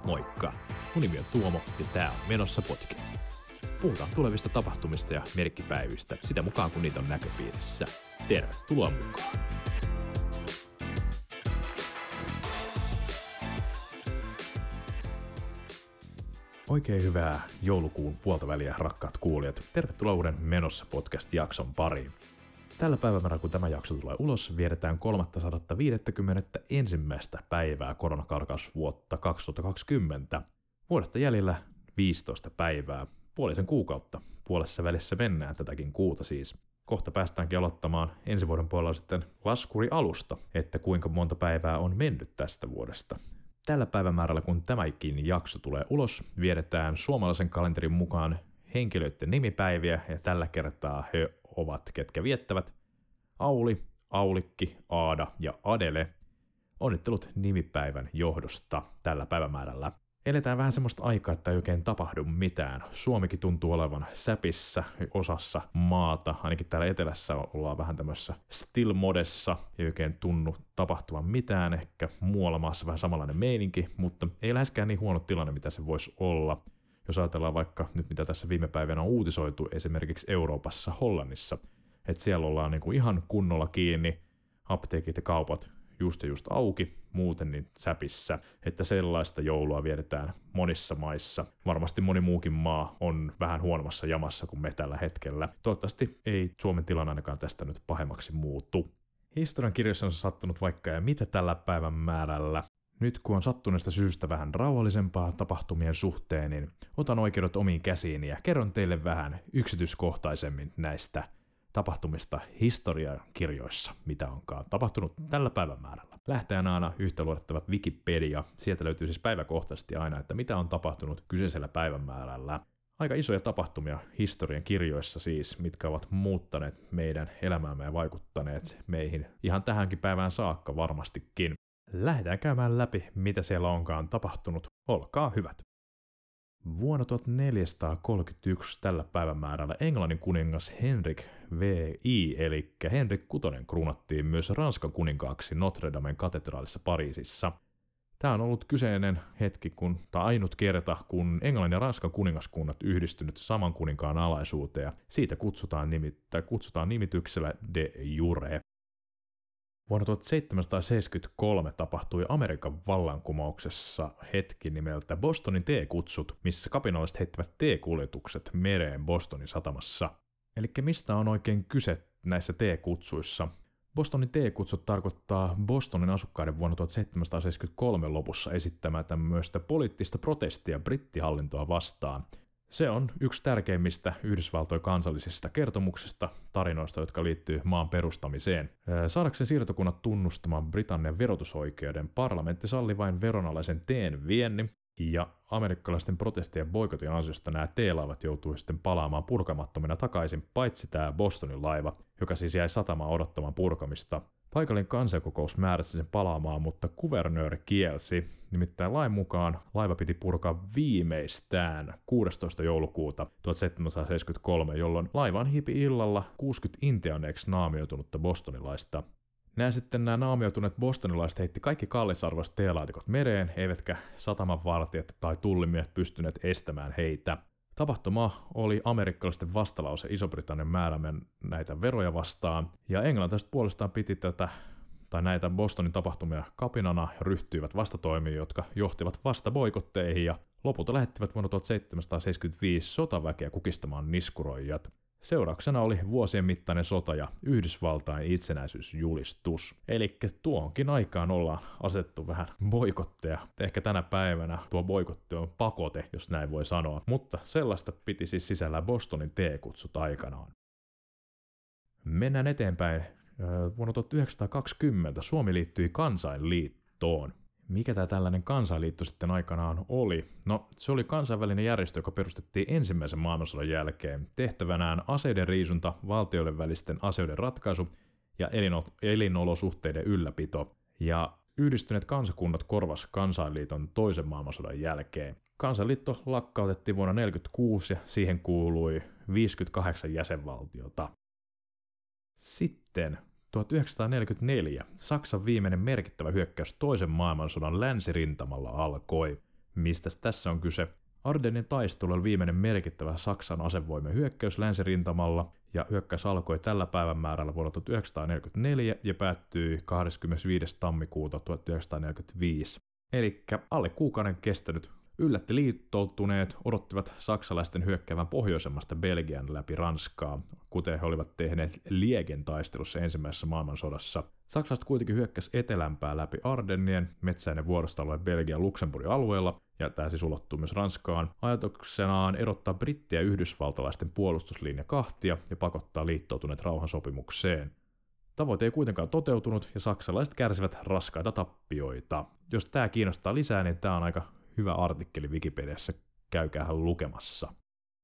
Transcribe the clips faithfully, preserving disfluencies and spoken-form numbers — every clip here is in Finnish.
Moikka! Mun nimi on Tuomo ja tää on Menossa podcast. Puhutaan tulevista tapahtumista ja merkkipäivistä sitä mukaan kun niitä on näköpiirissä. Tervetuloa mukaan! Oikein hyvää joulukuun puolta väliä, rakkaat kuulijat. Tervetuloa uuden Menossa podcast-jakson pariin. Tällä päivämäärällä, kun tämä jakso tulee ulos, vietetään kolmesataaviisikymmentäyksi päivää koronakarkausvuotta kaksituhattakaksikymmentä. Vuodesta jäljellä viisitoista päivää, puolisen kuukautta. Puolessa välissä mennään tätäkin kuuta siis. Kohta päästäänkin aloittamaan ensi vuoden puolella sitten laskuri alusta, että kuinka monta päivää on mennyt tästä vuodesta. Tällä päivämäärällä, kun tämäkin jakso tulee ulos, vietetään suomalaisen kalenterin mukaan henkilöiden nimipäiviä, ja tällä kertaa he ovat ketkä viettävät Auli, Aulikki, Aada ja Adele. Onnittelut nimipäivän johdosta tällä päivämäärällä. Eletään vähän semmoista aikaa, että ei oikein tapahdu mitään. Suomikin tuntuu olevan säpissä osassa maata, ainakin täällä etelässä ollaan vähän tämmöisessä still-modessa, ei oikein tunnu tapahtuvan mitään, ehkä muualla maassa vähän samanlainen meininki, mutta ei läheskään niin huono tilanne, mitä se voisi olla. Jos ajatellaan vaikka nyt, mitä tässä viime päivänä on uutisoitu esimerkiksi Euroopassa, Hollannissa, että siellä ollaan niinku ihan kunnolla kiinni, apteekit ja kaupat just ja just auki, muuten niin säpissä, että sellaista joulua vietetään monissa maissa. Varmasti moni muukin maa on vähän huonommassa jamassa kuin me tällä hetkellä. Toivottavasti ei Suomen tilanne ainakaan tästä nyt pahemmaksi muutu. Historian kirjassa on sattunut vaikka ja mitä tällä päivän määrällä. Nyt kun on sattuneesta syystä vähän rauhallisempaa tapahtumien suhteen, niin otan oikeudet omiin käsiini ja kerron teille vähän yksityiskohtaisemmin näistä tapahtumista historiakirjoissa, mitä onkaan tapahtunut tällä päivämäärällä. Lähtee aina yhtä luotettava Wikipedia. Sieltä löytyy siis päiväkohtaisesti aina, että mitä on tapahtunut kyseisellä päivämäärällä. Aika isoja tapahtumia historian kirjoissa siis, mitkä ovat muuttaneet meidän elämäämme ja vaikuttaneet meihin ihan tähänkin päivään saakka varmastikin. Lähdetään käymään läpi, mitä siellä onkaan tapahtunut. Olkaa hyvät. Vuonna tuhatneljäsataakolmekymmentäyksi tällä päivämäärällä Englannin kuningas Henrik the Eighth, eli Henrik kuutonen, kruunattiin myös Ranskan kuninkaaksi Notre Damen katedraalissa Pariisissa. Tämä on ollut kyseinen hetki, kun, tai ainut kerta, kun Englannin ja Ranskan kuningaskunnat yhdistynyt saman kuninkaan alaisuuteen, ja siitä kutsutaan, nimi, tai kutsutaan nimityksellä de jure. Vuonna tuhatseitsemänsataaseitsemänkymmentäkolme tapahtui Amerikan vallankumouksessa hetki nimeltä Bostonin teekutsut, missä kapinalliset heittivät teekuljetukset mereen Bostonin satamassa. Eli mistä on oikein kyse näissä teekutsuissa? Bostonin teekutsut tarkoittaa Bostonin asukkaiden vuonna tuhatseitsemänsataaseitsemänkymmentäkolme lopussa esittämää tämmöistä poliittista protestia brittihallintoa vastaan. Se on yksi tärkeimmistä Yhdysvaltojen kansallisista kertomuksista, tarinoista, jotka liittyy maan perustamiseen. Saadakseen siirtokunnat tunnustamaan Britannian verotusoikeuden, parlamentti salli vain veronalaisen teen viennin, ja amerikkalaisten protestien boikotin ansiosta nämä teelaivat joutui sitten palaamaan purkamattomina takaisin, paitsi tämä Bostonin laiva, joka siis jäi satamaan odottamaan purkamista. Paikallinen kansankokous määräsi sen palaamaan, mutta kuvernööri kielsi. Nimittäin lain mukaan laiva piti purkaa viimeistään kuudestoista joulukuuta tuhatseitsemänsataaseitsemänkymmentäkolme, jolloin laivaan hiipi illalla kuusikymmentä intiaaneiksi naamioitunutta bostonilaista. Nämä sitten nämä naamioituneet bostonilaiset heitti kaikki kallisarvoiset teelaatikot mereen, eivätkä satamanvartijat tai tullimiehet pystyneet estämään heitä. Tapahtuma oli amerikkalaisten vastalause Iso-Britannian määräämään näitä veroja vastaan, ja englantilaiset puolestaan piti tätä, tai näitä Bostonin tapahtumia kapinana ja ryhtyivät vastatoimiin, jotka johtivat vastaboikotteihin, ja lopulta lähettivät vuonna tuhatseitsemänsataaseitsemänkymmentäviisi sotaväkeä kukistamaan niskuroijat. Seurauksena oli vuosien mittainen sota ja Yhdysvaltain itsenäisyysjulistus. Eli tuohonkin aikaan ollaan asetettu vähän boikotteja. Ehkä tänä päivänä tuo boikotti on pakote, jos näin voi sanoa. Mutta sellaista piti siis sisällä Bostonin teekutsut aikanaan. Mennään eteenpäin. Vuonna tuhatyhdeksänsataakaksikymmentä Suomi liittyi Kansainliittoon. Mikä tämä tällainen kansainliitto sitten aikanaan oli? No, se oli kansainvälinen järjestö, joka perustettiin ensimmäisen maailmansodan jälkeen. Tehtävänään aseiden riisunta, valtioiden välisten aseiden ratkaisu ja elino- elinolosuhteiden ylläpito. Ja yhdistyneet kansakunnat korvasi Kansainliiton toisen maailmansodan jälkeen. Kansainliitto lakkautettiin vuonna tuhatyhdeksänsataaneljäkymmentäkuusi ja siihen kuului viisikymmentäkahdeksan jäsenvaltiota. Sitten tuhatyhdeksänsataaneljäkymmentäneljä Saksan viimeinen merkittävä hyökkäys toisen maailmansodan länsirintamalla alkoi. Mistä tässä on kyse? Ardennin taistelu oli viimeinen merkittävä Saksan asevoimien hyökkäys länsirintamalla, ja hyökkäys alkoi tällä päivämäärällä vuonna tuhatyhdeksänsataaneljäkymmentäneljä ja päättyi kahdeskymmenesviides tammikuuta tuhatyhdeksänsataaneljäkymmentäviisi. Elikkä alle kuukauden kestänyt yllätti liittoutuneet, odottivat saksalaisten hyökkäävän pohjoisemmasta Belgian läpi Ranskaa, kuten he olivat tehneet Liegen taistelussa ensimmäisessä maailmansodassa. Saksalaiset kuitenkin hyökkäsi etelämpää läpi Ardennien, metsäinen vuoristoalue Belgian Luxemburgin alueella, ja tämä siis ulottuu myös Ranskaan, ajatuksenaan erottaa brittien ja yhdysvaltalaisten puolustuslinja kahtia ja pakottaa liittoutuneet rauhansopimukseen. Tavoite ei kuitenkaan toteutunut, ja saksalaiset kärsivät raskaita tappioita. Jos tämä kiinnostaa lisää, niin tämä on aika hyvä artikkeli Wikipediassa, käykäähän lukemassa.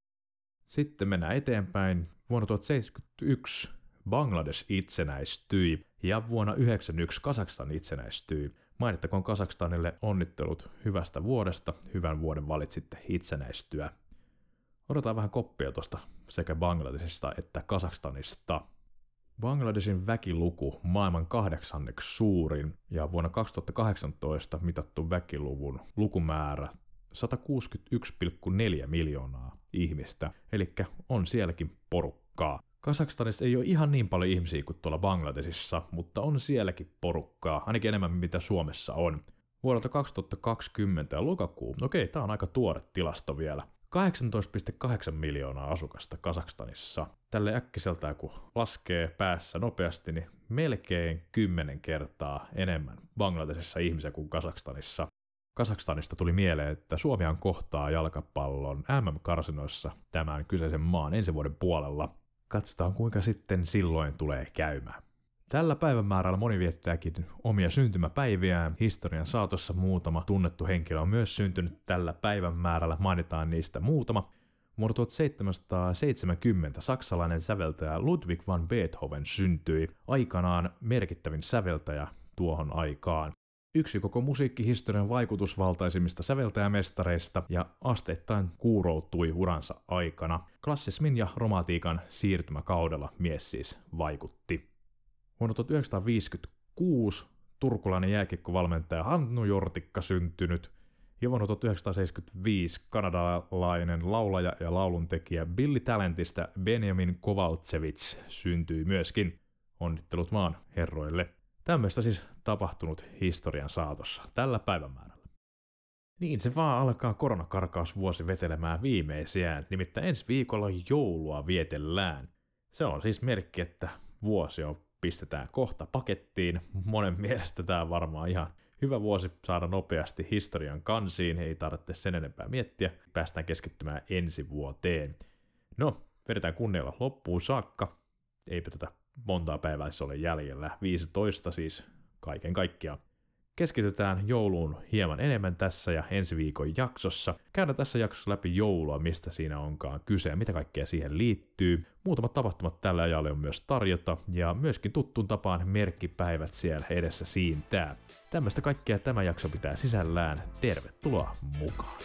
Sitten mennään eteenpäin. Vuonna tuhatseitsemänkymmentäyksi Bangladesh itsenäistyi ja vuonna yhdeksänkymmentäyksi Kazakstan itsenäistyi. Mainittakoon Kazakstanille onnittelut hyvästä vuodesta, hyvän vuoden valitsitte itsenäistyä. Odotetaan vähän koppia tuosta sekä Bangladesista että Kazakstanista. Bangladeshin väkiluku maailman kahdeksanneksi suurin ja vuonna kaksituhattakahdeksantoista mitattu väkiluvun lukumäärä sata kuusikymmentäyksi pilkku neljä miljoonaa ihmistä, eli on sielläkin porukkaa. Kazakstanissa ei ole ihan niin paljon ihmisiä kuin tuolla Bangladesissa, mutta on sielläkin porukkaa, ainakin enemmän mitä Suomessa on. Vuodelta kaksituhattakaksikymmentä ja lokakuu, okei, tää on aika tuore tilasto vielä. kahdeksantoista pilkku kahdeksan miljoonaa asukasta Kazakstanissa. Tälle äkkiseltään kun laskee päässä nopeasti, niin melkein kymmenen kertaa enemmän Bangladesissa ihmisiä kuin Kazakstanissa. Kazakstanista tuli mieleen, että Suomihan kohtaa jalkapallon M M-karsinoissa tämän kyseisen maan ensi vuoden puolella. Katsotaan kuinka sitten silloin tulee käymään. Tällä päivämäärällä moni viettääkin omia syntymäpäiviään. Historian saatossa muutama tunnettu henkilö on myös syntynyt tällä päivämäärällä. Mainitaan niistä muutama. Vuonna tuhatseitsemänsataaseitsemänkymmentä saksalainen säveltäjä Ludwig van Beethoven syntyi, aikanaan merkittävin säveltäjä tuohon aikaan. Yksi koko musiikkihistorian vaikutusvaltaisimmista säveltäjämestareista ja asteittain kuuroutui uransa aikana. Klassismin ja romantiikan siirtymäkaudella mies siis vaikutti. Vuonna tuhatyhdeksänsataaviisikymmentäkuusi turkulainen jääkiekkovalmentaja Hannu Jortikka syntynyt, ja vuonna tuhatyhdeksänsataaseitsemänkymmentäviisi kanadalainen laulaja ja lauluntekijä Billy Talentista Benjamin Kovaltsevich syntyi myöskin. Onnittelut vaan herroille. Tämmöistä siis tapahtunut historian saatossa tällä päivämäärällä. Niin se vaan alkaa koronakarkausvuosi vetelemään viimeisiään, nimittäin ensi viikolla joulua vietellään. Se on siis merkki, että vuosi on pistetään kohta pakettiin. Monen mielestä tämä on varmaan ihan hyvä vuosi saada nopeasti historian kansiin, ei tarvitse sen enempää miettiä, päästään keskittymään ensi vuoteen. No, vedetään kunnialla loppuun saakka, eipä tätä montaa päivää ole jäljellä, viisitoista siis kaiken kaikkiaan. Keskitytään jouluun hieman enemmän tässä ja ensi viikon jaksossa. Käydään tässä jaksossa läpi joulua, mistä siinä onkaan kyse ja mitä kaikkea siihen liittyy. Muutamat tapahtumat tällä ajalla on myös tarjota ja myöskin tuttuun tapaan merkkipäivät siellä edessä siintää. Tämmöistä kaikkea tämä jakso pitää sisällään. Tervetuloa mukaan!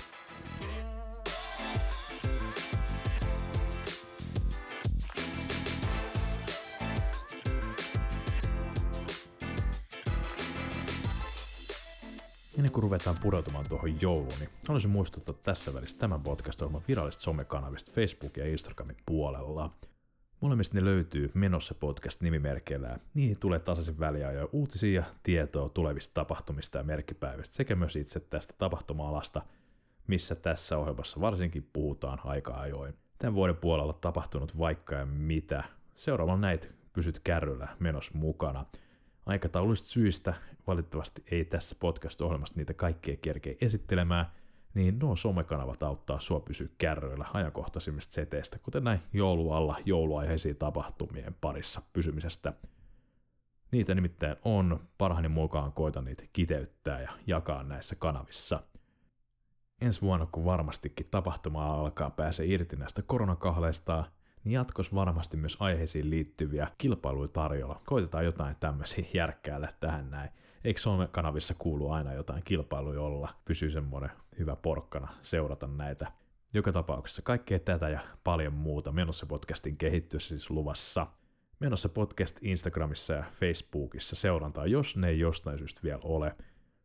Ennen kuin ruvetaan pureutumaan tuohon jouluun, niin haluaisin muistuttaa tässä välissä tämän podcast-ohjelman virallisista somekanavista Facebook- ja Instagramin puolella. Molemmista ne löytyy Menossa podcast nimimerkeillä. Niihin tulee tasaisin väliajoin uutisia ja tietoa tulevista tapahtumista ja merkkipäivistä sekä myös itse tästä tapahtuma-alasta, missä tässä ohjelmassa varsinkin puhutaan aika ajoin. Tämän vuoden puolella on tapahtunut vaikka ja mitä. Seuraavalla näitä pysyt kärryllä menossa mukana. Aikatauluista syistä valitettavasti ei tässä podcast-ohjelmassa niitä kaikkea kerkeä esittelemään, niin nuo somekanavat auttaa sua pysyä kärryillä ajankohtaisimmista seteistä, kuten näin joulualla jouluaiheisiin tapahtumien parissa pysymisestä. Niitä nimittäin on, parhaani mukaan koitan niitä kiteyttää ja jakaa näissä kanavissa. Ensi vuonna, kun varmastikin tapahtumaa alkaa pääse irti näistä koronakahleista, niin jatkos varmasti myös aiheisiin liittyviä kilpailuja tarjolla. Koitetaan jotain tämmöisiä järkkäällä tähän näin. Eikö some-kanavissa kuulu aina jotain kilpailuja olla? Pysyy semmoinen hyvä porkkana seurata näitä. Joka tapauksessa kaikkea tätä ja paljon muuta Menossa podcastin kehittyessä siis luvassa. Menossa podcast Instagramissa ja Facebookissa seurantaa, jos ne ei jostain syystä vielä ole.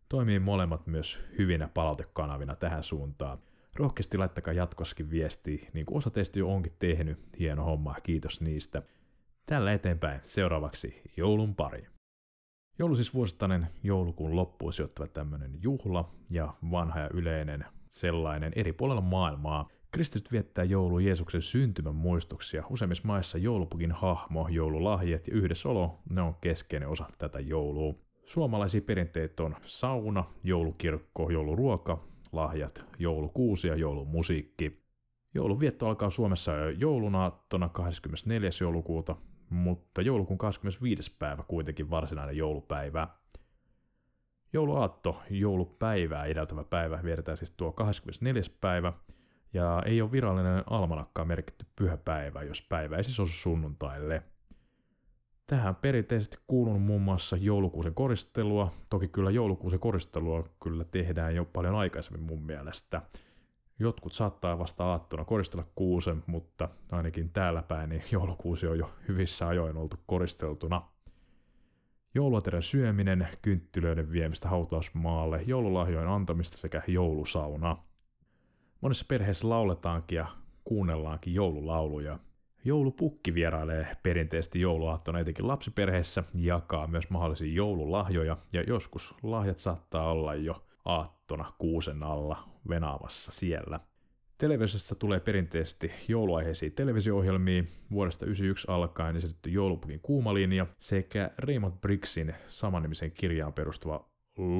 Toimii molemmat myös hyvinä palautekanavina tähän suuntaan. Rohkeasti laittakaa jatkossakin viestiä, niin kuin osa teistä jo onkin tehnyt. Hieno homma, kiitos niistä. Tällä eteenpäin seuraavaksi joulun pari. Joulu siis vuosittainen joulukuun loppuun sijoittava tämmöinen juhla ja vanha ja yleinen sellainen eri puolella maailmaa. Kristityt viettää joulua Jeesuksen syntymän muistuksia. Useimmissa maissa joulupukin hahmo, joululahjat ja yhdessäolo, ne on keskeinen osa tätä joulua. Suomalaisia perinteitä on sauna, joulukirkko, jouluruoka, lahjat, joulukuusi ja joulumusiikki. Joulunvietto alkaa Suomessa jo joulunaattona kahdeskymmenesneljäs joulukuuta, mutta joulukuun kahdeskymmenesviides päivä kuitenkin varsinainen joulupäivä. Jouluaatto, joulupäivää edeltävä päivä, vietetään siis tuo kahdeskymmenesneljäs päivä, ja ei ole virallinen almanakkaan merkitty pyhäpäivä, jos päivä ei siis osu sunnuntaille. Tähän perinteisesti kuulunut muun muassa joulukuusen koristelua, toki kyllä joulukuusen koristelua kyllä tehdään jo paljon aikaisemmin mun mielestä. Jotkut saattaa vasta aattona koristella kuusen, mutta ainakin täällä päin niin joulukuusi on jo hyvissä ajoin oltu koristeltuna. Jouluaterian syöminen, kynttilöiden viemistä hautausmaalle, joululahjojen antamista sekä joulusauna. Monessa perheessä lauletaankin ja kuunnellaankin joululauluja. Joulupukki vierailee perinteisesti jouluaattona etenkin lapsiperheessä, jakaa myös mahdollisia joululahjoja ja joskus lahjat saattaa olla jo aattona kuusen alla venaamassa siellä. Televisiossa tulee perinteisesti jouluaiheisia televisio-ohjelmia, vuodesta yhdeksänkymmentäyksi alkaen esitetty joulupukin kuumalinja sekä Raymond Briggsin samannimisen kirjaan perustuva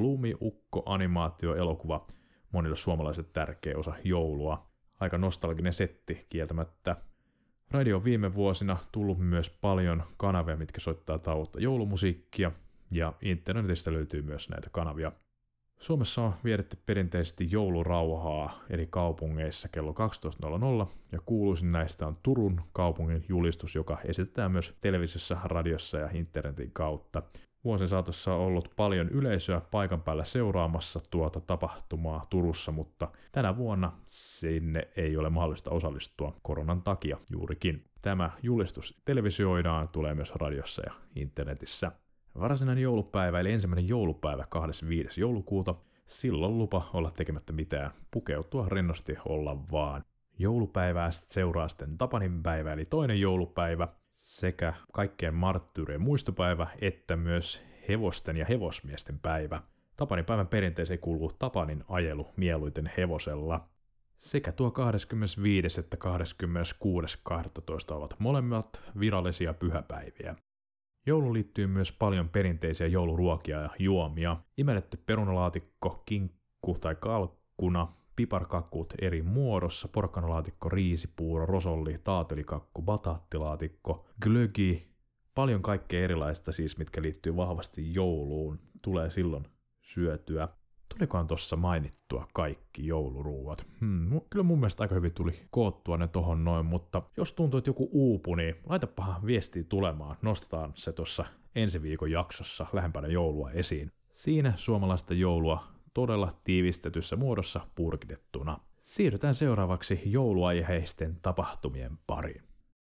Lumiukko-animaatioelokuva, monille suomalaisille tärkeä osa joulua. Aika nostalginen setti kieltämättä. Radio on viime vuosina tullut myös paljon kanavia, mitkä soittaa tauotta joulumusiikkia, ja internetistä löytyy myös näitä kanavia. Suomessa on vietetty perinteisesti joulurauhaa eri kaupungeissa kello kaksitoista nolla nolla, ja kuuluisin näistä on Turun kaupungin julistus, joka esitetään myös televisiossa, radiossa ja internetin kautta. Vuosien saatossa on ollut paljon yleisöä paikan päällä seuraamassa tuota tapahtumaa Turussa, mutta tänä vuonna sinne ei ole mahdollista osallistua koronan takia juurikin. Tämä julistus televisioidaan, tulee myös radiossa ja internetissä. Varsinainen joulupäivä eli ensimmäinen joulupäivä kahdeskymmenesviides joulukuuta, silloin lupa olla tekemättä mitään, pukeutua rennosti olla vaan. Joulupäivää seuraa sitten Tapanin päivä eli toinen joulupäivä, sekä kaikkien marttyyrien muistopäivä, että myös hevosten ja hevosmiesten päivä. Tapanin päivän perinteeseen kuuluu Tapanin ajelu mieluiten hevosella. Sekä tuo kahdeskymmenesviides että kahdeskymmeneskuudes kahdestoista ovat molemmat virallisia pyhäpäiviä. Jouluun liittyy myös paljon perinteisiä jouluruokia ja juomia. Imelletty perunalaatikko, kinkku tai kalkkuna, piparkakut eri muodossa, porkkanalaatikko, riisipuuro, rosolli, taatelikakku, bataattilaatikko, glögi, paljon kaikkea erilaista siis, mitkä liittyy vahvasti jouluun, tulee silloin syötyä. Tulikohan tuossa mainittua kaikki jouluruuat? Hmm, kyllä mun mielestä aika hyvin tuli koottua ne tohon noin, mutta jos tuntuu, että joku uupuu, niin laitapahan viestiä tulemaan. Nostetaan se tuossa ensi viikon jaksossa lähempänä joulua esiin. Siinä suomalaista joulua todella tiivistetyssä muodossa purkitettuna. Siirrytään seuraavaksi jouluaiheisten tapahtumien pariin.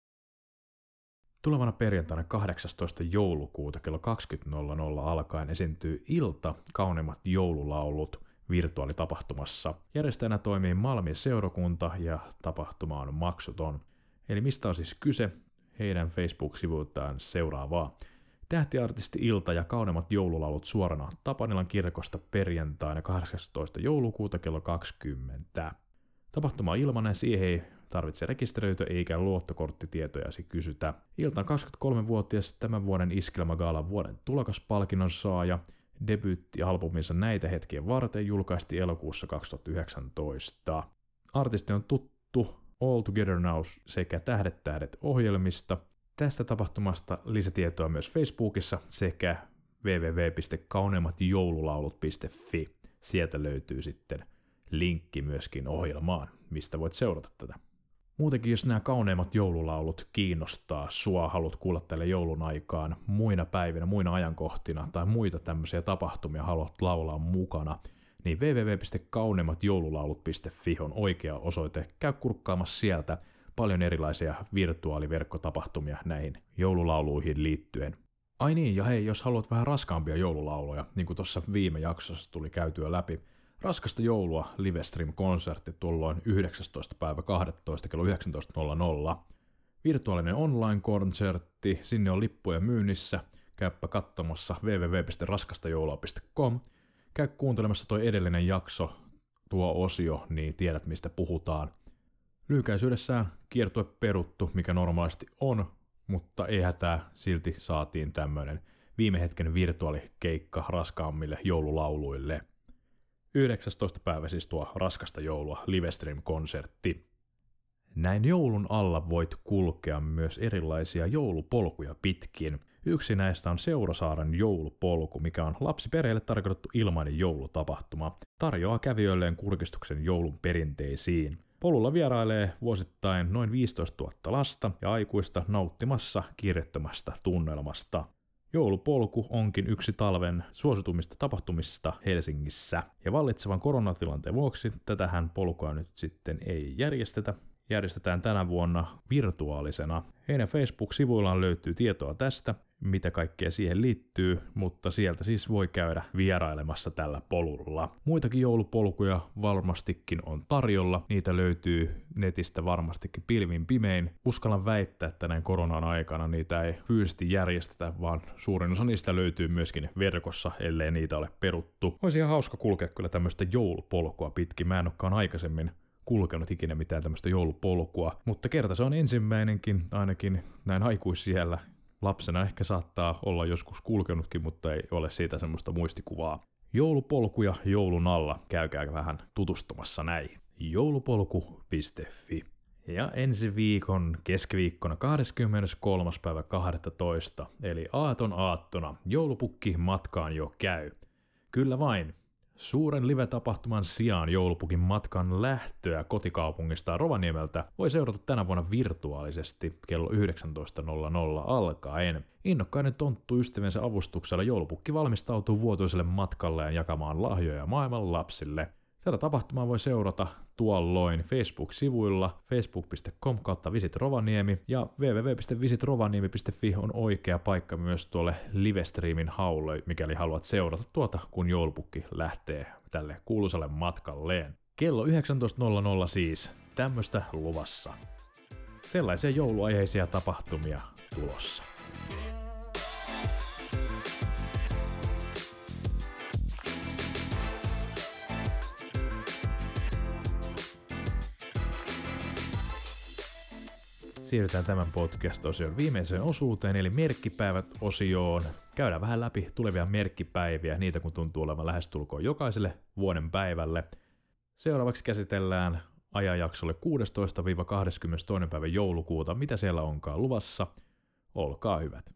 Tulevana perjantaina kahdeksastoista joulukuuta kello kaksikymmentä nolla nolla alkaen esiintyy Ilta kauneimmat joululaulut virtuaalitapahtumassa. Järjestäjänä toimii Malmin seurakunta ja tapahtuma on maksuton. Eli mistä on siis kyse? Heidän Facebook-sivuiltaan seuraavaa. Tähtiartisti Ilta ja kauneimmat joululaulut suorana Tapanilan kirkosta perjantaina kahdeksastoista joulukuuta kello kaksikymmentä. Tapahtuma on ilmainen, siihen ei tarvitse rekisteröityä eikä luottokorttitietojasi kysytä. Ilta on kaksikymmentäkolmevuotias tämän vuoden Iskelmägaalan vuoden tulokaspalkinnon saaja. Debyyttialbuminsa Näitä hetkiä varten julkaistiin elokuussa kaksituhattayhdeksäntoista. Artisti on tuttu All Together Now sekä Tähdet tähdet ohjelmista. Tästä tapahtumasta lisätietoa myös Facebookissa sekä double-u double-u double-u piste kauneimmat joululaulut piste fi. Sieltä löytyy sitten linkki myöskin ohjelmaan, mistä voit seurata tätä. Muutenkin, jos nämä kauneimmat joululaulut kiinnostaa sua, haluat kuulla tälle joulun aikaan muina päivinä, muina ajankohtina tai muita tämmöisiä tapahtumia haluat laulaa mukana, niin double-u double-u double-u piste kauneimmat joululaulut piste fi on oikea osoite. Käy kurkkaamassa sieltä paljon erilaisia virtuaaliverkkotapahtumia näihin joululauluihin liittyen. Ai niin, ja hei, jos haluat vähän raskaampia joululauluja, niin kuin tuossa viime jaksossa tuli käytyä läpi, Raskasta joulua Livestream-konsertti tulloin yhdeksästoista päivä kahdestoista kello yhdeksäntoista nolla nolla. Virtuaalinen online-konsertti, sinne on lippuja myynnissä, käyppä katsomassa double-u double-u double-u piste raskastajoulua piste com. Käy kuuntelemassa toi edellinen jakso, tuo osio, niin tiedät mistä puhutaan. Lyhykäisyydessään kiertue peruttu, mikä normaalisti on, mutta ei hätää, silti saatiin tämmönen viime hetken virtuaalikeikka raskaammille joululauluille. yhdeksästoista päivä siis tuo Raskasta joulua Livestream-konsertti. Näin joulun alla voit kulkea myös erilaisia joulupolkuja pitkin. Yksi näistä on Seurasaaren joulupolku, mikä on lapsiperheille tarkoitettu ilmainen joulutapahtuma. Tarjoaa kävijöilleen kurkistuksen joulun perinteisiin. Polulla vierailee vuosittain noin viisitoistatuhatta lasta ja aikuista nauttimassa kiirettömästä tunnelmasta. Joulupolku onkin yksi talven suositummista tapahtumista Helsingissä, ja vallitsevan koronatilanteen vuoksi tätähän polkua nyt sitten ei järjestetä. Järjestetään tänä vuonna virtuaalisena. Heidän Facebook-sivuillaan löytyy tietoa tästä, mitä kaikkea siihen liittyy, mutta sieltä siis voi käydä vierailemassa tällä polulla. Muitakin joulupolkuja varmastikin on tarjolla, niitä löytyy netistä varmastikin pilvin pimein. Uskallan väittää, että näin koronan aikana niitä ei fyysisesti järjestetä, vaan suurin osa niistä löytyy myöskin verkossa, ellei niitä ole peruttu. Olisi ihan hauska kulkea kyllä tämmöistä joulupolkua pitkin, mä en olekaan aikaisemmin kulkenut ikinä mitään tämmöistä joulupolkua, mutta kerta se on ensimmäinenkin, ainakin näin aikuisiellä. Lapsena ehkä saattaa olla joskus kulkenutkin, mutta ei ole siitä semmoista muistikuvaa. Joulupolkuja joulun alla, käykää vähän tutustumassa näihin. joulupolku piste fi. Ja ensi viikon keskiviikkona kahdeskymmeneskolmas päivä kahdestoista, eli aaton aattona, joulupukki matkaan jo käy. Kyllä vain. Suuren live-tapahtuman sijaan joulupukin matkan lähtöä kotikaupungistaan Rovaniemeltä voi seurata tänä vuonna virtuaalisesti kello yhdeksäntoista nolla nolla alkaen. Innokkainen tonttu ystävänsä avustuksella joulupukki valmistautuu vuotuiselle matkalleen jakamaan lahjoja maailman lapsille. Tätä tapahtumaa voi seurata tuolloin Facebook-sivuilla facebook piste com kautta Visit Rovaniemi ja double-u double-u double-u piste visit rovaniemi piste fi on oikea paikka myös tuolle livestreamin haulle, mikäli haluat seurata tuota, kun joulupukki lähtee tälle kuuluisalle matkalleen. Kello yhdeksäntoista nolla nolla siis, tämmöstä luvassa. Sellaisia jouluaiheisia tapahtumia tulossa. Siirrytään tämän podcast-osion viimeiseen osuuteen, eli merkkipäivät-osioon. Käydään vähän läpi tulevia merkkipäiviä, niitä kun tuntuu olevan lähestulkoon jokaiselle vuoden päivälle. Seuraavaksi käsitellään ajanjaksolle kuudestoista kahdeskymmenestoinen päivä joulukuuta, mitä siellä onkaan luvassa. Olkaa hyvät.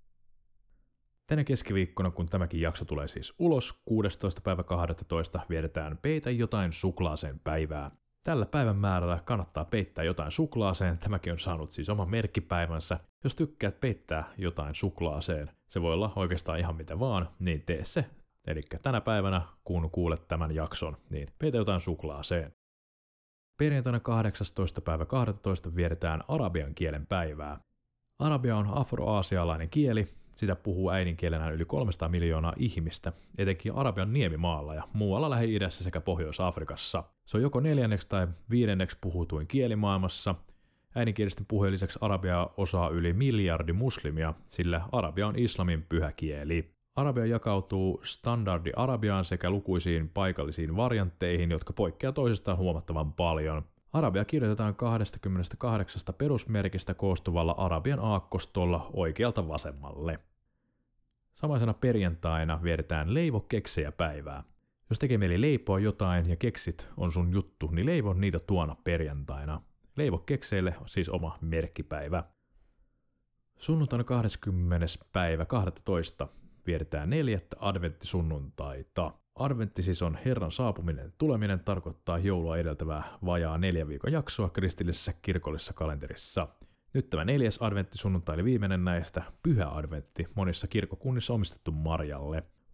Tänä keskiviikkona, kun tämäkin jakso tulee siis ulos, kuudestoista päivä kahdestoista vietetään Peitä jotain suklaaseen päivää. Tällä päivän määrällä kannattaa peittää jotain suklaaseen, tämäkin on saanut siis oman merkkipäivänsä. Jos tykkäät peittää jotain suklaaseen, se voi olla oikeastaan ihan mitä vaan, niin tee se. Eli tänä päivänä, kun kuulet tämän jakson, niin peitä jotain suklaaseen. Perjantaina kahdeksastoista päivä kahdestoista vietetään arabian kielen päivää. Arabia on afroaasialainen kieli, sitä puhuu äidinkielenään yli kolmesataa miljoonaa ihmistä, etenkin Arabian niemimaalla ja muualla Lähi-idässä sekä Pohjois-Afrikassa. Se on joko neljänneksi tai viidenneksi puhutuin kieli maailmassa. Äidinkielisten puhujen lisäksi arabiaa osaa yli miljardi muslimia, sillä arabia on islamin pyhä kieli. Arabia jakautuu standardi-arabiaan sekä lukuisiin paikallisiin variantteihin, jotka poikkeaa toisistaan huomattavan paljon. Arabia kirjoitetaan kaksikymmentäkahdeksan perusmerkistä koostuvalla arabian aakkostolla oikealta vasemmalle. Samaisena perjantaina vietetään leivokeksejä päivää. Jos tekee mieli leipoa jotain ja keksit on sun juttu, niin leivo niitä tuona perjantaina. Leivokekseille on siis oma merkkipäivä. Sunnuntaina kahdeskymmenes päivä kahdestoista vietetään neljättä adventtisunnuntaita. Adventti siis on Herran saapuminen tuleminen, tarkoittaa joulua edeltävää vajaa neljän viikon jaksoa kristillisessä kirkollisessa kalenterissa. Nyt tämä neljäs adventtisunnuntai eli viimeinen näistä, pyhä adventti, monissa kirkkokunnissa omistettu Marjalle.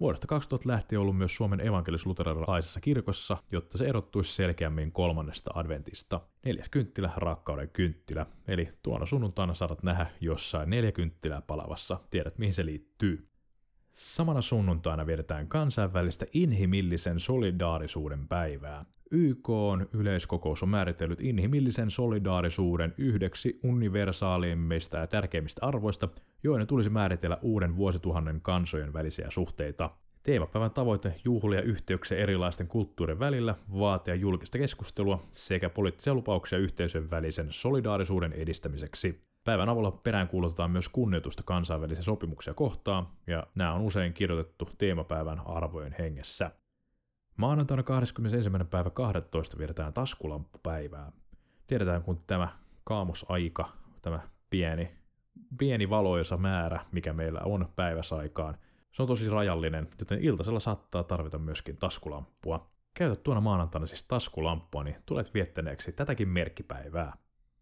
Vuodesta kaksituhatta lähtien ollut myös Suomen evankelis-luterilaisessa kirkossa, jotta se erottuisi selkeämmin kolmannesta adventista. Neljäs kynttilä, rakkauden kynttilä. Eli tuona sunnuntaina saatat nähdä jossain neljä kynttilää palavassa. Tiedät mihin se liittyy. Samana sunnuntaina vietetään kansainvälistä inhimillisen solidaarisuuden päivää. Y K:n yleiskokous on määritellyt inhimillisen solidaarisuuden yhdeksi universaalimmista ja tärkeimmistä arvoista, joiden tulisi määritellä uuden vuosituhannen kansojen välisiä suhteita. Teemapäivän tavoite juhlia yhteyksiä erilaisten kulttuurien välillä, vaatia julkista keskustelua sekä poliittisia lupauksia yhteisön välisen solidaarisuuden edistämiseksi. Päivän avulla peräänkuulutetaan myös kunnioitusta kansainvälisiä sopimuksia kohtaan, ja nämä on usein kirjoitettu teemapäivän arvojen hengessä. Maanantaina kahdeskymmenesensimmäinen päivä kahdestoista vietetään taskulamppupäivää. Tiedetään, kun tämä kaamosaika, tämä pieni, pieni valoisa määrä, mikä meillä on päiväsaikaan, se on tosi rajallinen, joten iltasella saattaa tarvita myöskin taskulamppua. Käytä tuona maanantaina siis taskulamppua, niin tulet viettäneeksi tätäkin merkkipäivää.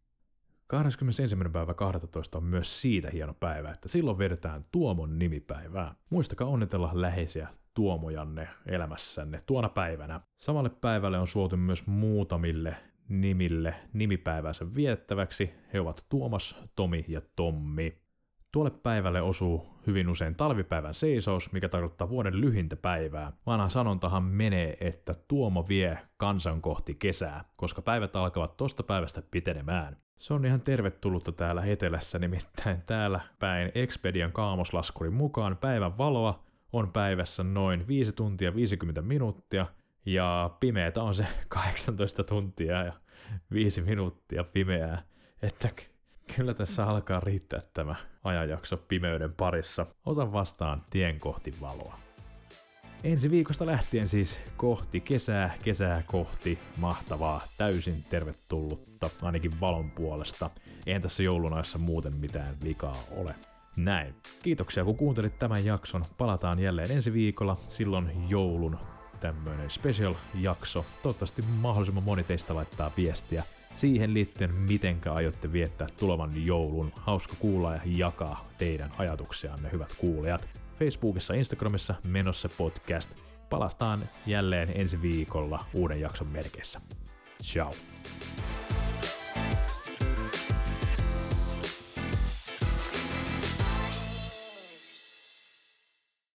kahdeskymmenesensimmäinen päivä kahdestoista on myös siitä hieno päivä, että silloin vietetään Tuomon nimipäivää. Muistakaa onnitella läheisiä Tuomojanne elämässänne tuona päivänä. Samalle päivälle on suotu myös muutamille nimille nimipäivänsä viettäväksi. He ovat Tuomas, Tomi ja Tommi. Tuolle päivälle osuu hyvin usein talvipäivän seisous, mikä tarkoittaa vuoden lyhintä päivää. Vanha sanontahan menee, että Tuomo vie kansan kohti kesää, koska päivät alkavat tosta päivästä pitenemään. Se on ihan tervetullutta täällä etelässä, nimittäin täällä päin Expedian kaamoslaskurin mukaan päivän valoa on päivässä noin viisi tuntia viisikymmentä minuuttia, ja pimeätä on se kahdeksantoista tuntia ja viisi minuuttia pimeää, että kyllä tässä alkaa riittää tämä ajanjakso pimeyden parissa. Ota vastaan tien kohti valoa. Ensi viikosta lähtien siis kohti kesää, kesää kohti, mahtavaa, täysin tervetullutta, ainakin valon puolesta. Eihän tässä joulunajassa muuten mitään vikaa ole. Näin. Kiitoksia kun kuuntelit tämän jakson. Palataan jälleen ensi viikolla, silloin joulun tämmöinen special-jakso. Toivottavasti mahdollisimman moni teistä laittaa viestiä siihen liittyen, mitenkä aiotte viettää tulevan joulun. Hauska kuulla ja jakaa teidän ajatuksianne, hyvät kuulijat. Facebookissa ja Instagramissa Menossa podcast. Palastaan jälleen ensi viikolla uuden jakson merkeissä. Ciao!